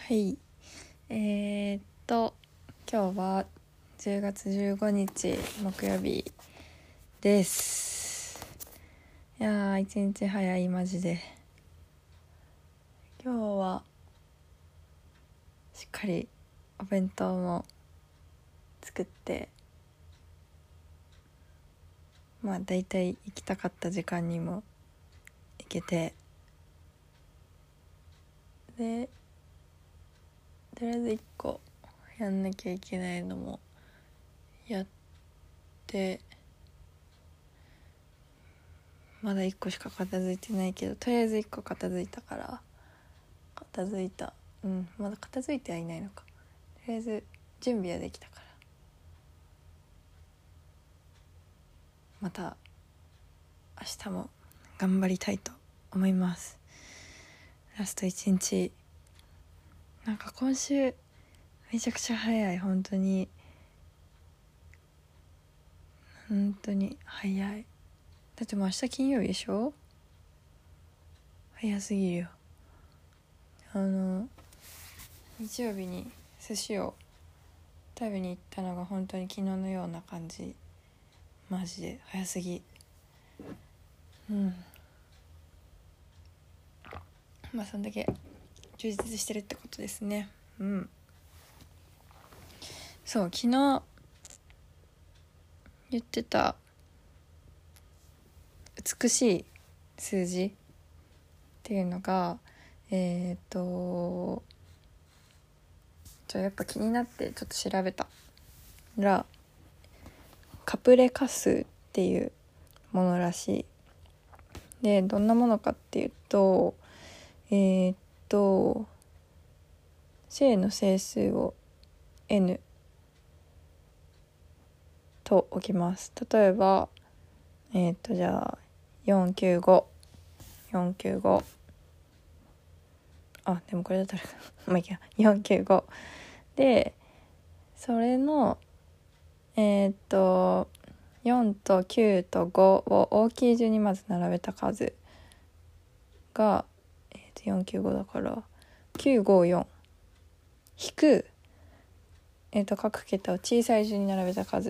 はい。今日は10月15日木曜日です。いやー、一日早いマジで。今日はしっかりお弁当も作って、だいたい行きたかった時間にも行けて、でとりあえず1個やんなきゃいけないのもやって、まだ1個しか片付いてないけど、とりあえず1個片付いたから、まだ片付いてはいないのか。とりあえず準備はできたから、また明日も頑張りたいと思います。ラスト1日、今週めちゃくちゃ早い。本当に早い。だってもう明日金曜日でしょ。早すぎるよ。日曜日に寿司を食べに行ったのが本当に昨日のような感じ。マジで早すぎ。そんだけ充実してるってことですね。そう、昨日言ってた美しい数字っていうのがやっぱ気になってちょっと調べたら、カプレカ数っていうものらしい。で、どんなものかっていうと、正の整数を n と置きます。例えばじゃあ495でもこれだったらいいや、495で、それの4と9と5を大きい順にまず並べた数が、495だから954引く、各桁を小さい順に並べた数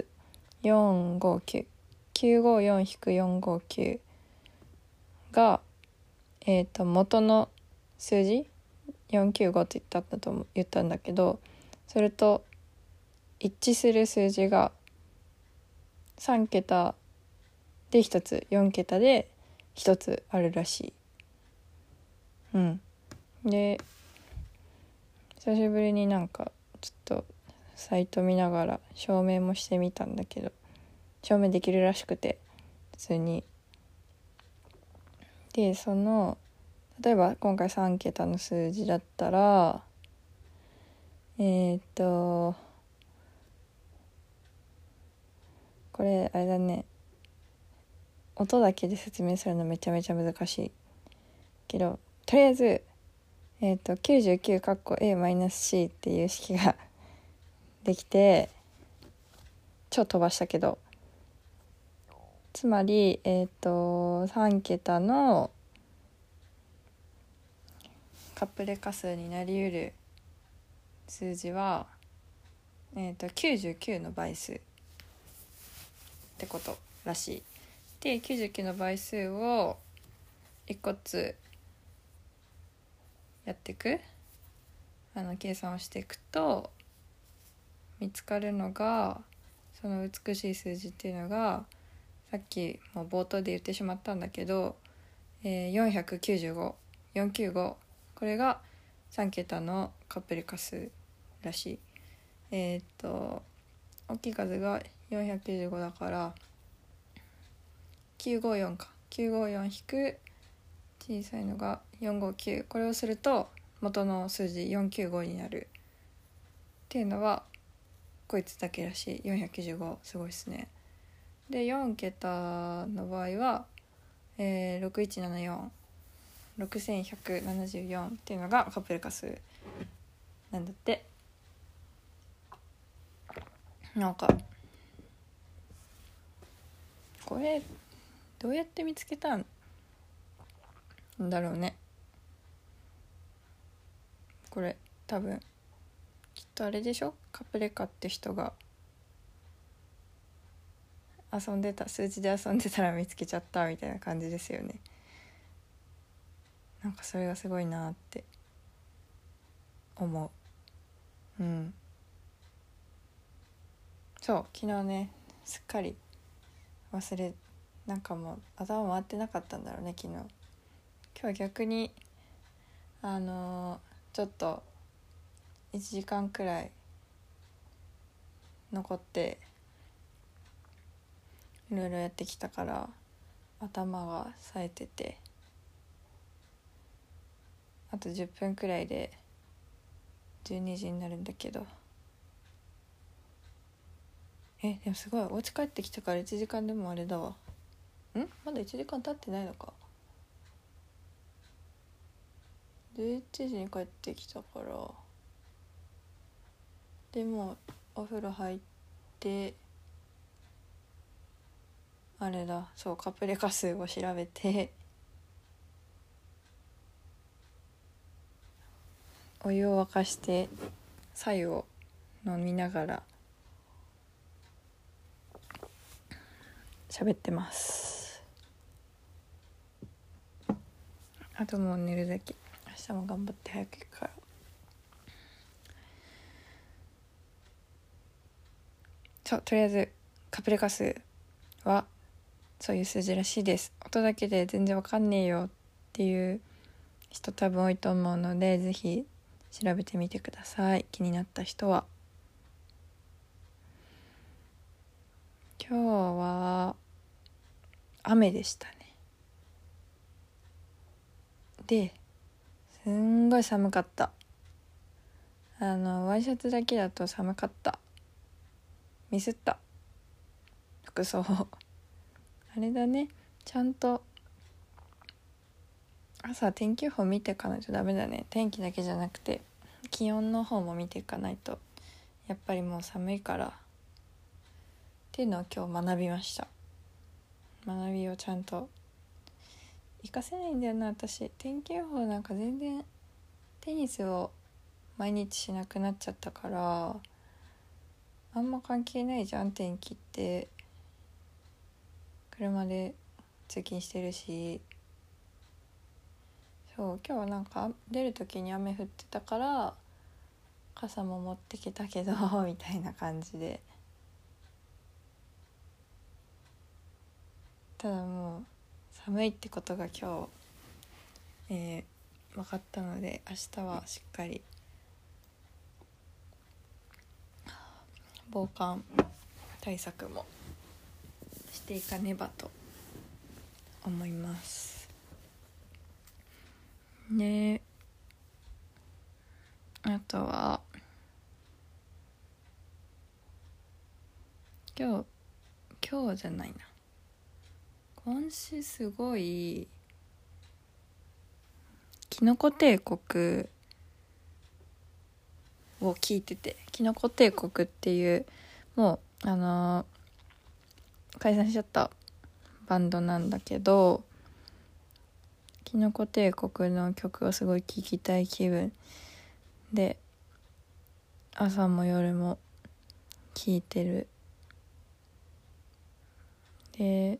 459、954引く459が、元の数字495って言ったんだけど、それと一致する数字が3桁で1つ、4桁で1つあるらしい。で、久しぶりにちょっとサイト見ながら証明もしてみたんだけど、証明できるらしくて、普通に。で、例えば今回3桁の数字だったらこれあれだね、音だけで説明するのめちゃめちゃ難しいけど、とりあえず99カッコ A-C っていう式ができて、超飛ばしたけど、つまり3桁のカプレカ数になりうる数字は99の倍数ってことらしい。で、99の倍数を1個ずつやっていく、計算をしていくと見つかるのが、その美しい数字っていうのが、さっきもう冒頭で言ってしまったんだけど、495、495、これが3桁のカプレカ数らしい。大きい数が495だから954か、954引く小さいのが459、これをすると元の数字495になるっていうのはこいつだけらしい。495、すごいですね。で、4桁の場合は、6174、6174っていうのがカプレカ数なんだって。これどうやって見つけたんだろうね。これ多分きっとあれでしょ、カプレカって人が遊んでた、数字で遊んでたら見つけちゃったみたいな感じですよね。なんかそれがすごいなって思う。そう昨日ねすっかりなんかもう頭回ってなかったんだろうね昨日。今日は逆にちょっと1時間くらい残っていろいろやってきたから頭が冴えてて、あと10分くらいで12時になるんだけど、でもすごいお家帰ってきたから1時間でもあれだわ。まだ1時間経ってないのか。11時に帰ってきたから、でもお風呂入ってあれだ、そうカプレカ数を調べてお湯を沸かして白湯を飲みながら喋ってます。あともう寝るだけ。明日も頑張って早く行くから。そうとりあえずカプレカ数はそういう数字らしいです。音だけで全然わかんねえよっていう人多分多いと思うので、ぜひ調べてみてください、気になった人は。今日は雨でしたね。ですんごい寒かった。ワイシャツだけだと寒かった。ミスった、服装あれだね、ちゃんと朝天気予報見ていかないとダメだね。天気だけじゃなくて気温の方も見ていかないとやっぱりもう寒いからっていうのを今日学びました。学びをちゃんと活かせないんだよな私。天気予報なんか全然テニスを毎日しなくなっちゃったからあんま関係ないじゃん天気って。車で通勤してるし、そう今日はなんか出る時に雨降ってたから傘も持ってきたけどみたいな感じで、ただもう寒いってことが今日、分かったので明日はしっかり防寒対策もしていかねばと思いますね。あとは今日じゃないな、今週すごいキノコ帝国を聞いてて、キノコ帝国っていうもう解散しちゃったバンドなんだけど、キノコ帝国の曲をすごい聴きたい気分で朝も夜も聴いてる。で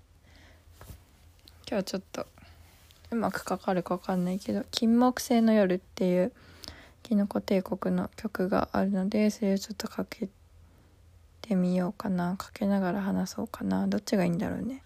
今日ちょっとうまくかかるか分かんないけど金木犀の夜っていうキノコ帝国の曲があるので、それをちょっとかけてみようかな。かけながら話そうかな。どっちがいいんだろうね。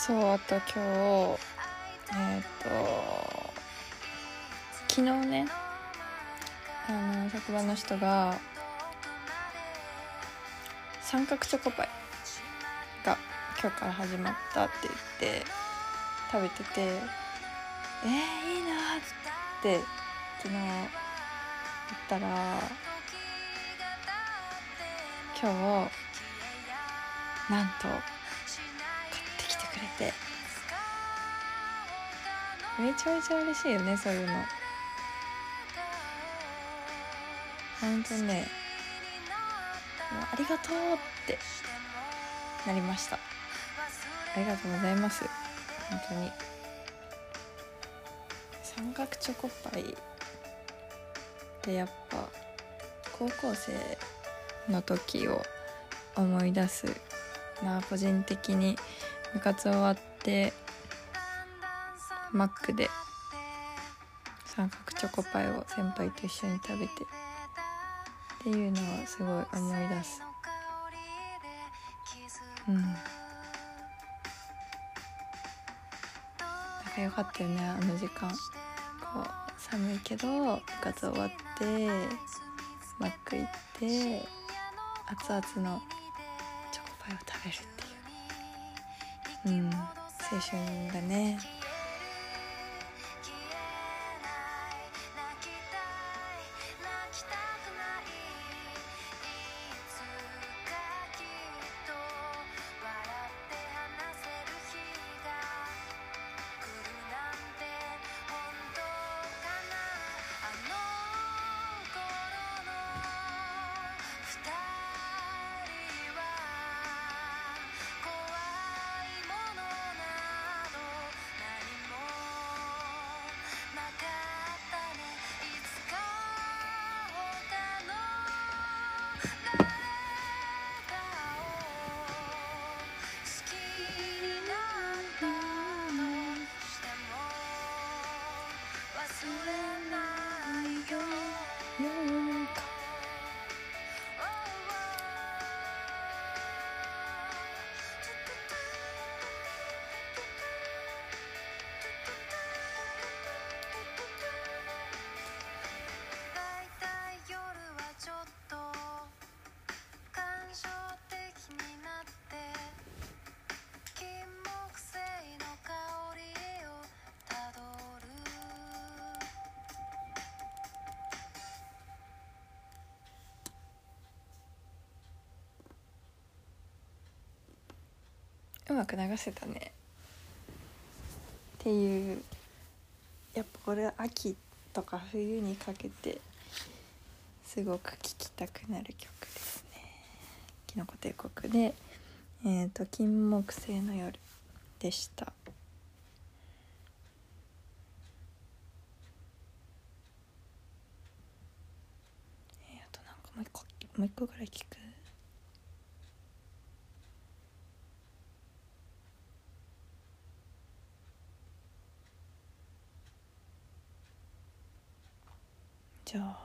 そうあと今日昨日ね職場の人が三角チョコパイが今日から始まったって言って食べてていいなって昨日言ったら今日なんと買ってきてくれてめちゃめちゃ嬉しいよねそういうの。本当ねもうありがとうってなりました。ありがとうございます。本当に三角チョコパイってやっぱ高校生の時を思い出すな。個人的に部活終わってマックで三角チョコパイを先輩と一緒に食べてっていうのをすごい思い出す。仲良かったよねあの時間。こう寒いけど部活終わってマック行って熱々のチョコパイを食べるっていう青春だね。うまく流せたねっていう。やっぱこれ秋とか冬にかけてすごく聴きたくなる曲ですね。キノコ帝国で金木犀の夜でした。あとなんかもう一個ぐらい聞く。じゃあ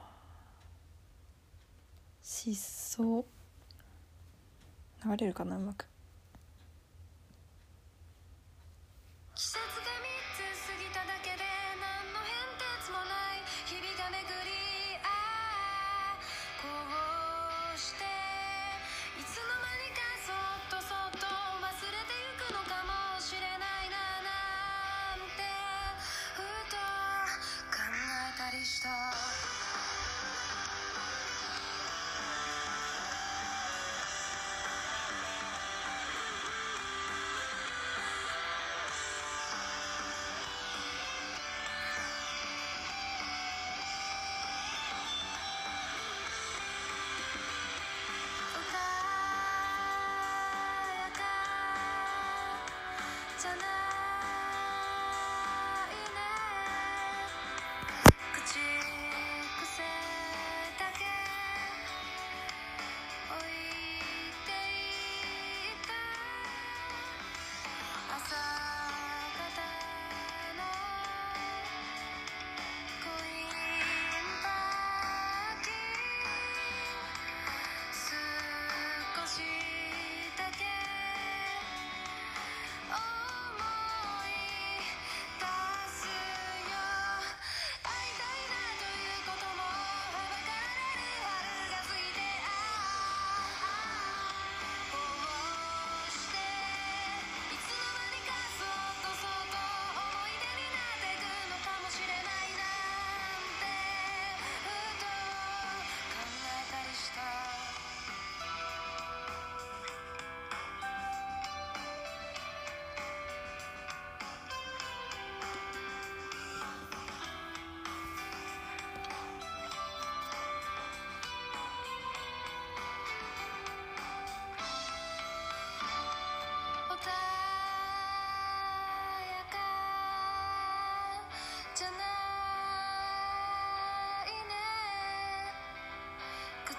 疾走流れるかなうまく。季節が3つ過ぎただけで何の変哲もない日々が巡りこうしていつの間にかそっと忘れてゆくのかもしれないななんてふと考えたりした。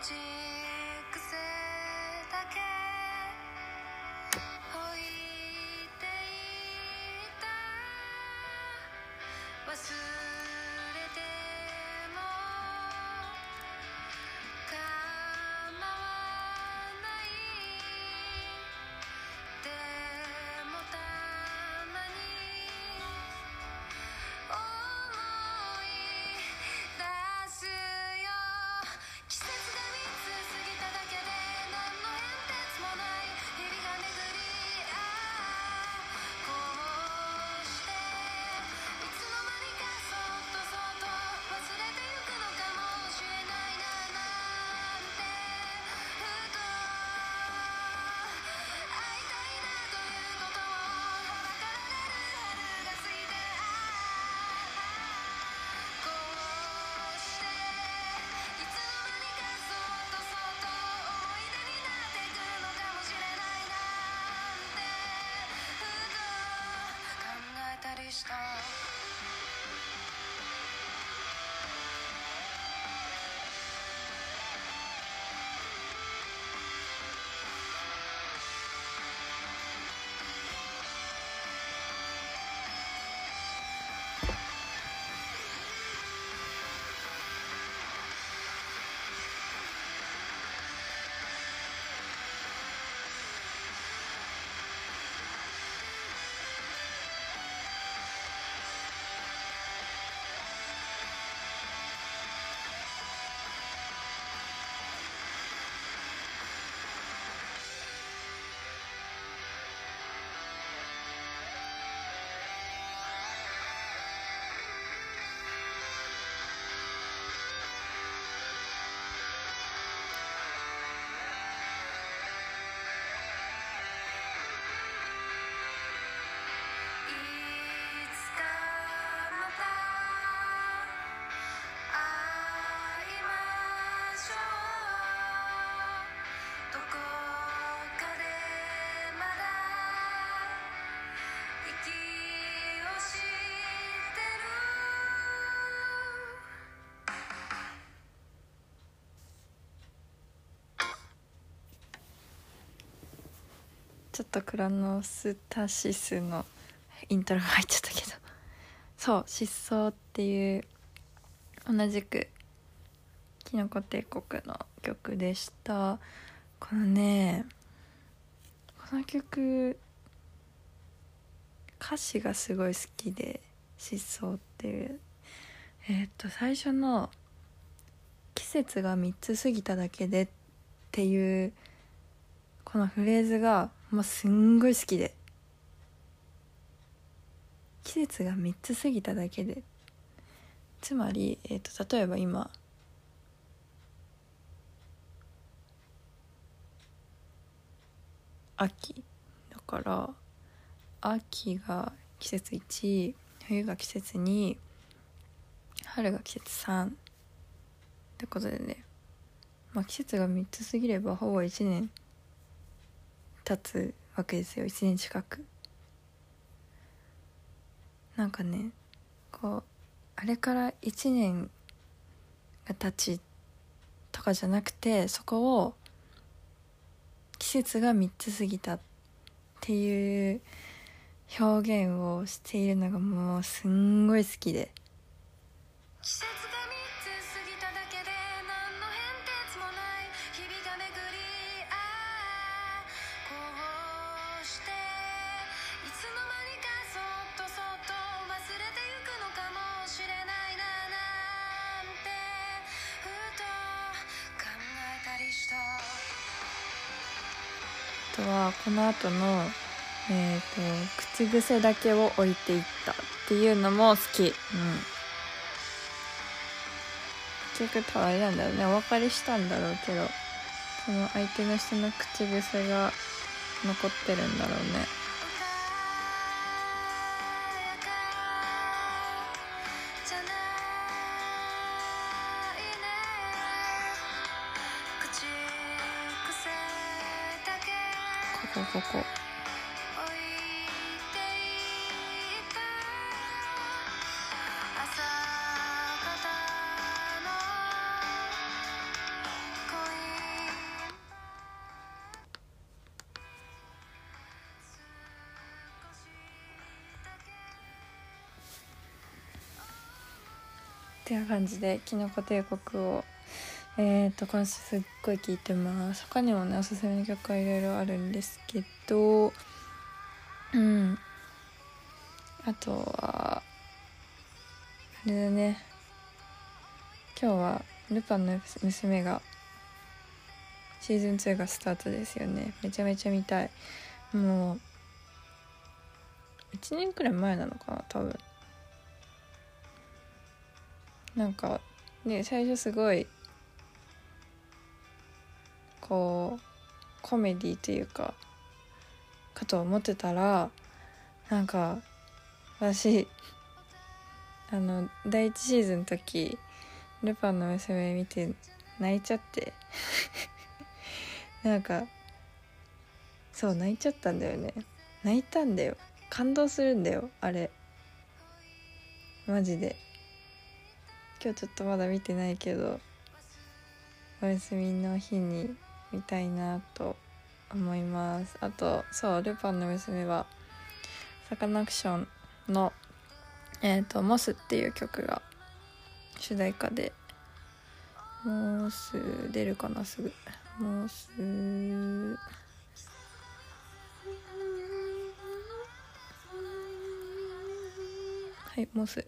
口癖だけ置いていた忘れても構わないでもたまに思い出すよ季節が3つ過ぎただけで何の変哲もない日々が巡りこうしていつの間にかそっとそっと忘れてゆくのかもしれないななんてふと会いたいなということをはばかられる春が過ぎてこうしていつの間にかそっとそっと思い出になってくるのかもしれないなんてふと考えたりしたいつかまた会いましょうどこかでまだ息をしてるちょっとクロノスタシスのイントロが入っちゃったけどそう失踪っていう同じくキノコ帝国の曲でした。このねこの曲歌詞がすごい好きで失踪っていう最初の季節が3つ過ぎただけでっていうこのフレーズがもうすんごい好きで季節が3つ過ぎただけでつまり、例えば今秋だから秋が季節1冬が季節2春が季節3ってことでね季節が3つ過ぎればほぼ1年経つわけですよ1年近くなんかねこうあれから1年が経ちとかじゃなくてそこを季節が3つ過ぎたっていう表現をしているのがもうすんごい好きで季節が3つ過ぎただけで何の変哲もない日々が巡りこうしていつの間にかそっとそっと忘れてゆくのかもしれないななんてふと考えたりしたあとはこの後の口癖だけを置いていったっていうのも好き結局あれなんだろうねお別れしたんだろうけどその相手の人の口癖が残ってるんだろうねここ恋てな感じでキノコ帝国を今週すっごい聴いてます。他にもねおすすめの曲はいろいろあるんですけど、あとはあれだね、今日はルパンの娘がシーズン2がスタートですよね。めちゃめちゃ見たい。もう1年くらい前なのかな多分。なんかね、最初すごいこうコメディというかかと思ってたら、なんか私第1シーズンの時ルパンの娘見て泣いちゃってなんかそう泣いちゃったんだよね。泣いたんだよ。感動するんだよあれマジで。今日ちょっとまだ見てないけどお休みの日に見たいなと思います。あとそうルパンの娘はサカナクションのモスっていう曲が主題歌で、モス出るかなすぐ。モスはいモス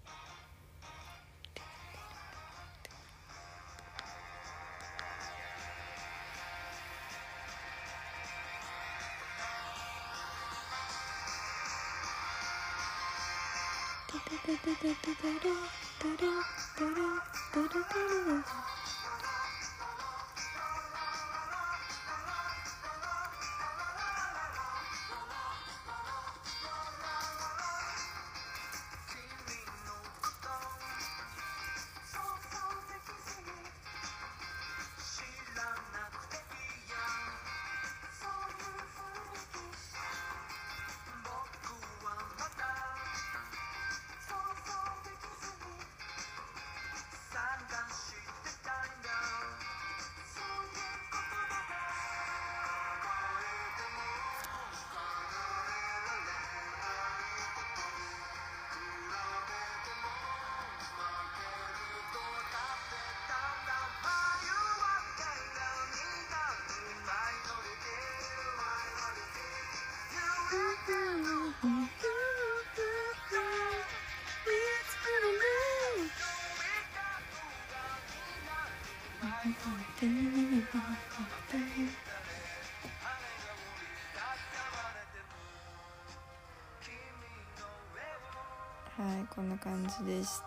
はいこんな感じでした。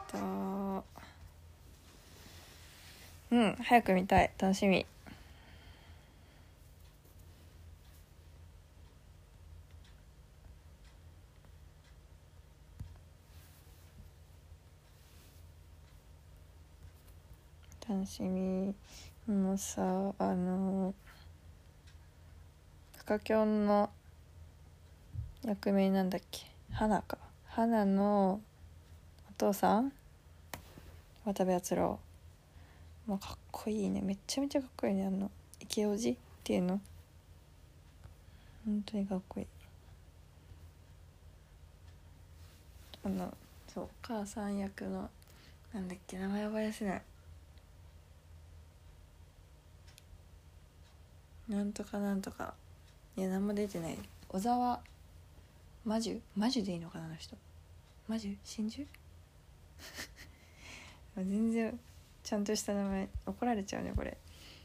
早く見たい。楽しみ。楽しみ。もうさフカキョンの役名なんだっけ、花か。花のお父さん渡部篤郎もうかっこいいね。めっちゃめちゃかっこいいね。池叔父っていうの本当にかっこいい。そうお母さん役のなんだっけ、名前覚えやすない。なんとかなんとか、いや何も出てない。小沢魔女でいいのかな、あの人。魔女真珠全然ちゃんとした名前怒られちゃうねこれ。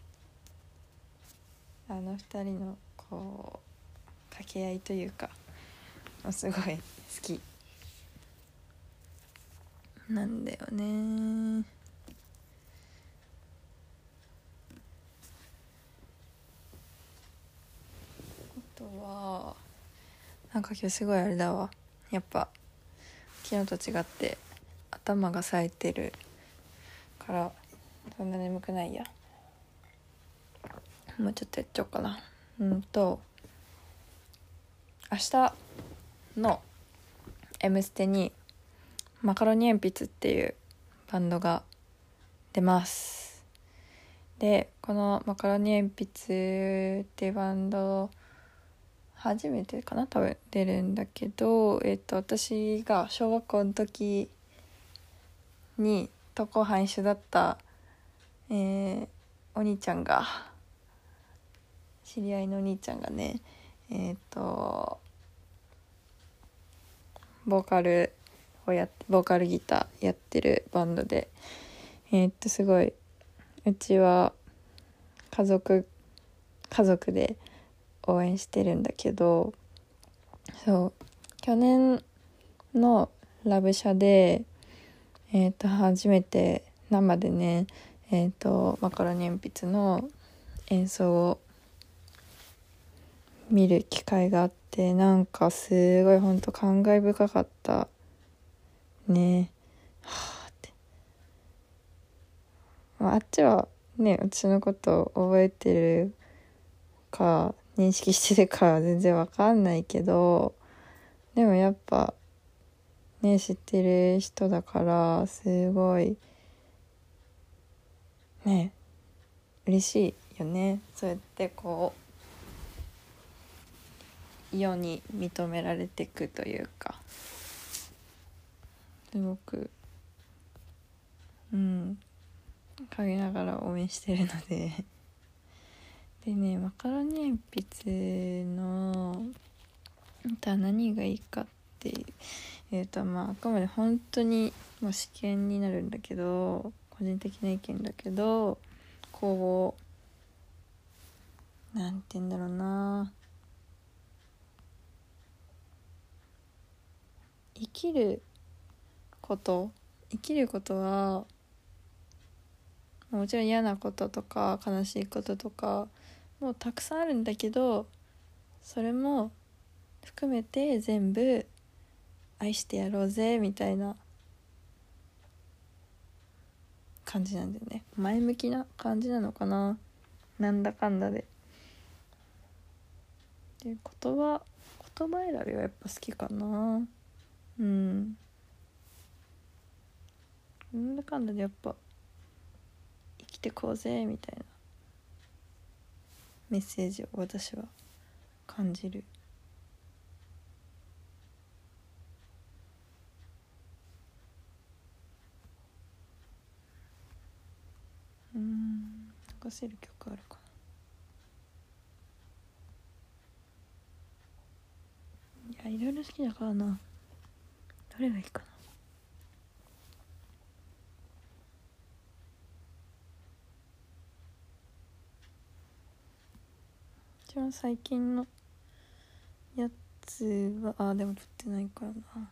二人のこう掛け合いというかすごい好きなんだよね。あとはなんか今日すごいあれだわ、やっぱ昨日と違って頭が冴えてるからそんな眠くないや。もうちょっとやっちゃおうかな。明日の「M ステ」にマカロニ鉛筆っていうバンドが出ます。でこのマカロニ鉛筆っていうバンド初めてかな多分出るんだけど、私が小学校の時にと後半一緒だった、お兄ちゃんが、知り合いのお兄ちゃんがね、ボーカルギターやってるバンドで、すごい、うちは家族で応援してるんだけど、そう去年のラブシャで初めて生でねマカロニ鉛筆の演奏を見る機会があって、なんかすごいほんと感慨深かったね。はあって、あっちはね私のことを覚えてるか認識してるかは全然わかんないけど、でもやっぱね知ってる人だからすごいね嬉しいよね。そうやってこう世に認められていくというか、すごく陰ながら応援してるのででね、マカロニ鉛筆の何がいいかっていうと、あくまで本当に試験になるんだけど、個人的な意見だけど、こうなんて言うんだろうな、生きることはもちろん嫌なこととか悲しいこととかもうたくさんあるんだけど、それも含めて全部愛してやろうぜみたいな感じなんだよね。前向きな感じなのかな、なんだかんだで。で言葉選びはやっぱ好きかな。なんだかんだでやっぱ生きてこうぜみたいなメッセージを私は感じる。流せる曲あるかな。いろいろ好きだからな。どれがいいかな。一番最近のやつはでも撮ってないからな。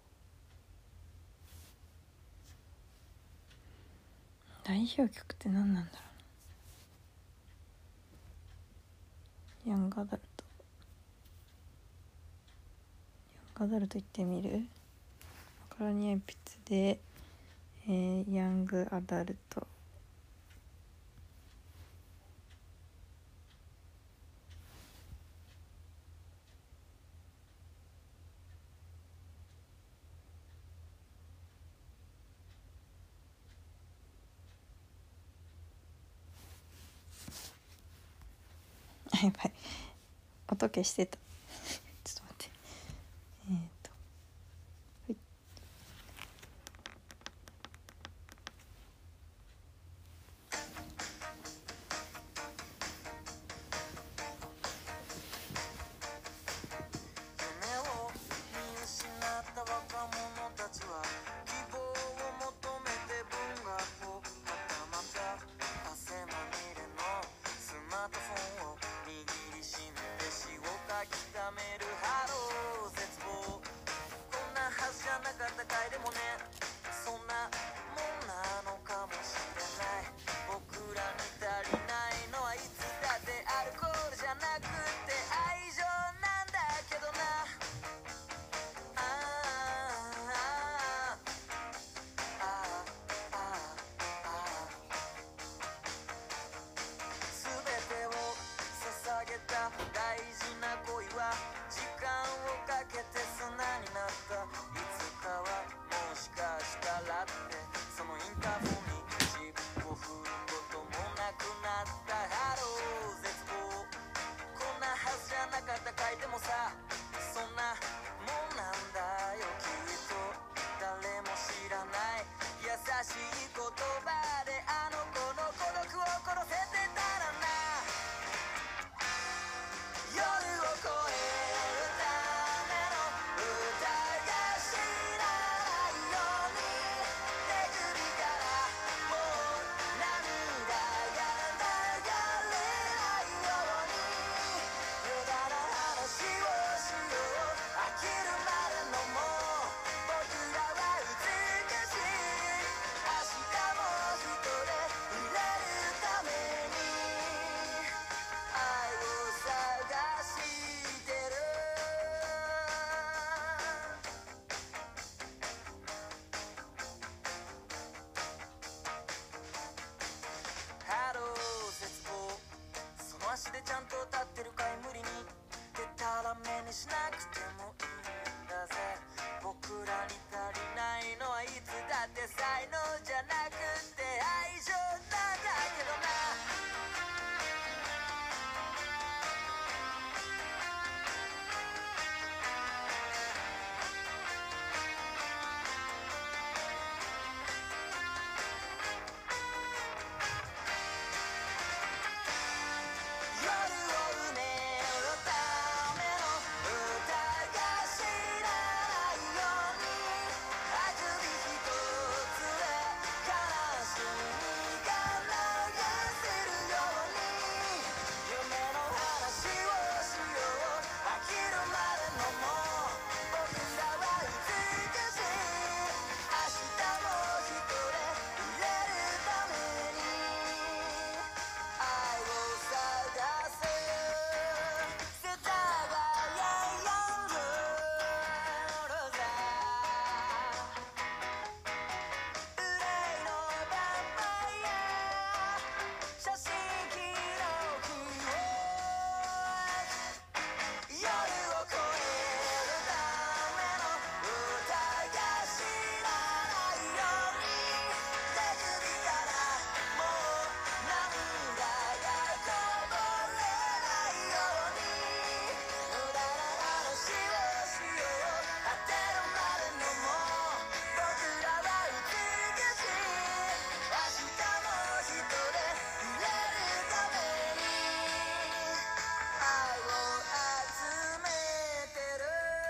代表曲って何なんだろう。ヤングアダルト言ってみる。マカロニ鉛筆で、ヤングアダルト。やばい、音消してた。ちょっと待って。大事な恋は時間をかけて砂になった。いつかはもしかしたらってそのインターホンに尻尾振ることもなくなった。ハロー絶望、こんなはずじゃなかったかい。でもさ、そんなもんなんだよきっと。誰も知らない優しいいのじゃなくて愛情なんだけどな。夜を埋めるための歌が知らないように、あくび一つで悲しみが流せるように、夢の話をしよう。飽きるまでのも僕らは美しい。明日も一人入れるために愛を探せ。世田谷ヤングルザ憂いのヴァンパイア写真機の記憶、夜を越えるための歌が知らないように、手首からもう涙がこぼれないように、無駄な話をしよう。果てるまでのも僕らは美しい。明日も一人入れるために愛を集めてる。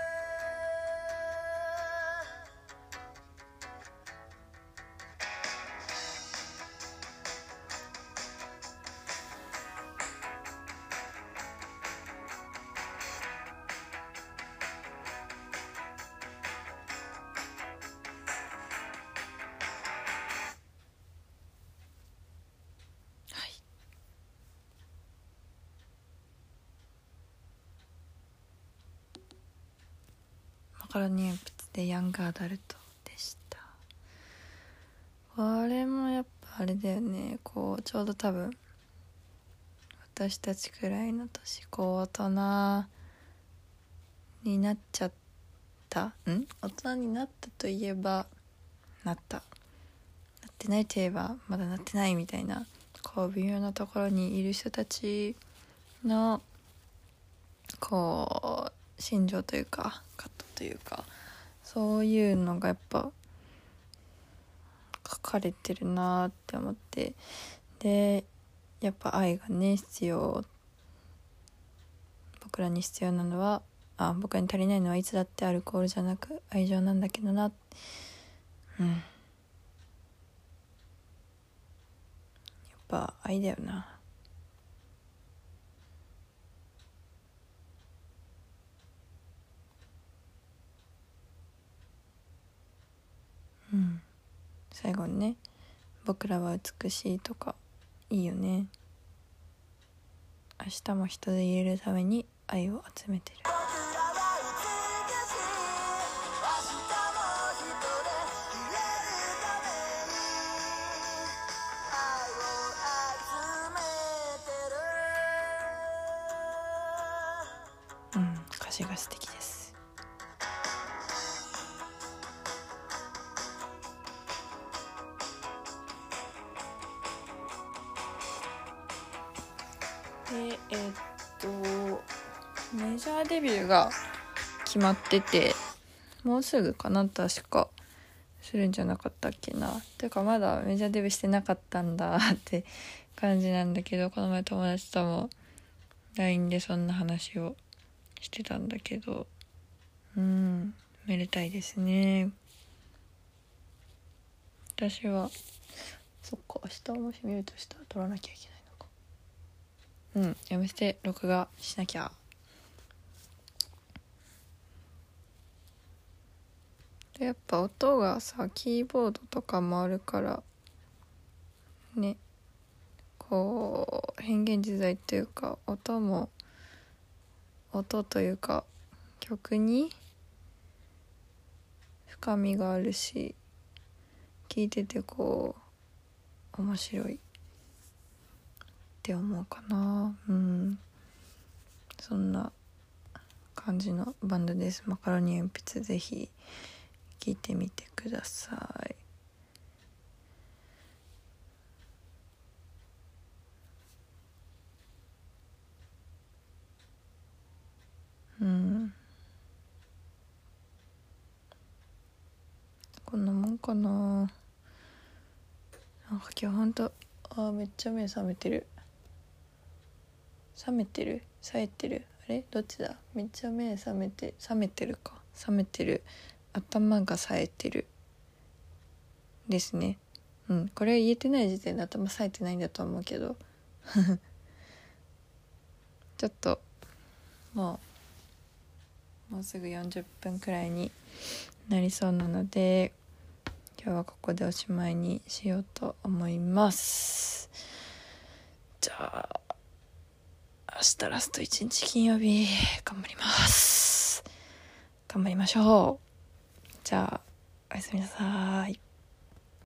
マカロニ鉛筆でヤングアダルトでした。これもやっぱあれだよね、こうちょうど多分私たちくらいの年、こう大人になっちゃった大人になったといえばなってないといえばまだなってないみたいな、こう微妙なところにいる人たちのこう心情というか葛藤というか、そういうのがやっぱ書かれてるなって思って、でやっぱ愛がね必要、僕らに必要なのは僕らに足りないのはいつだってアルコールじゃなく愛情なんだけどな。やっぱ愛だよな。最後にね、僕らは美しいとかいいよね。明日も人で言えるために愛を集めてる。 僕らは美しい。明日も一人入れるために愛を集めてる。 歌詞が素敵です。でメジャーデビューが決まってて、もうすぐかな、確かするんじゃなかったっけな。てかまだメジャーデビューしてなかったんだって感じなんだけど、この前友達とも LINE でそんな話をしてたんだけど、めでたいですね。私はそっか、明日もし見るとしたら撮らなきゃいけないのか。やめて録画しなきゃ。でやっぱ音がさ、キーボードとかもあるからね、こう変幻自在というか、音というか曲に深みがあるし、聴いててこう面白いって思うかな。そんな感じのバンドです。マカロニ鉛筆、ぜひ聴いてみてください。 こんなもんかな。なんか今日ほんとめっちゃ目覚めてる。冴えてる、あれどっちだ。めっちゃ目覚めてるか。覚めてる、頭が冴えてるですね。これ言えてない時点で頭冴えてないんだと思うけどちょっともうすぐ40分くらいになりそうなので、今日はここでおしまいにしようと思います。じゃあ明日ラスト1日金曜日、頑張ります。頑張りましょう。じゃあおやすみなさい。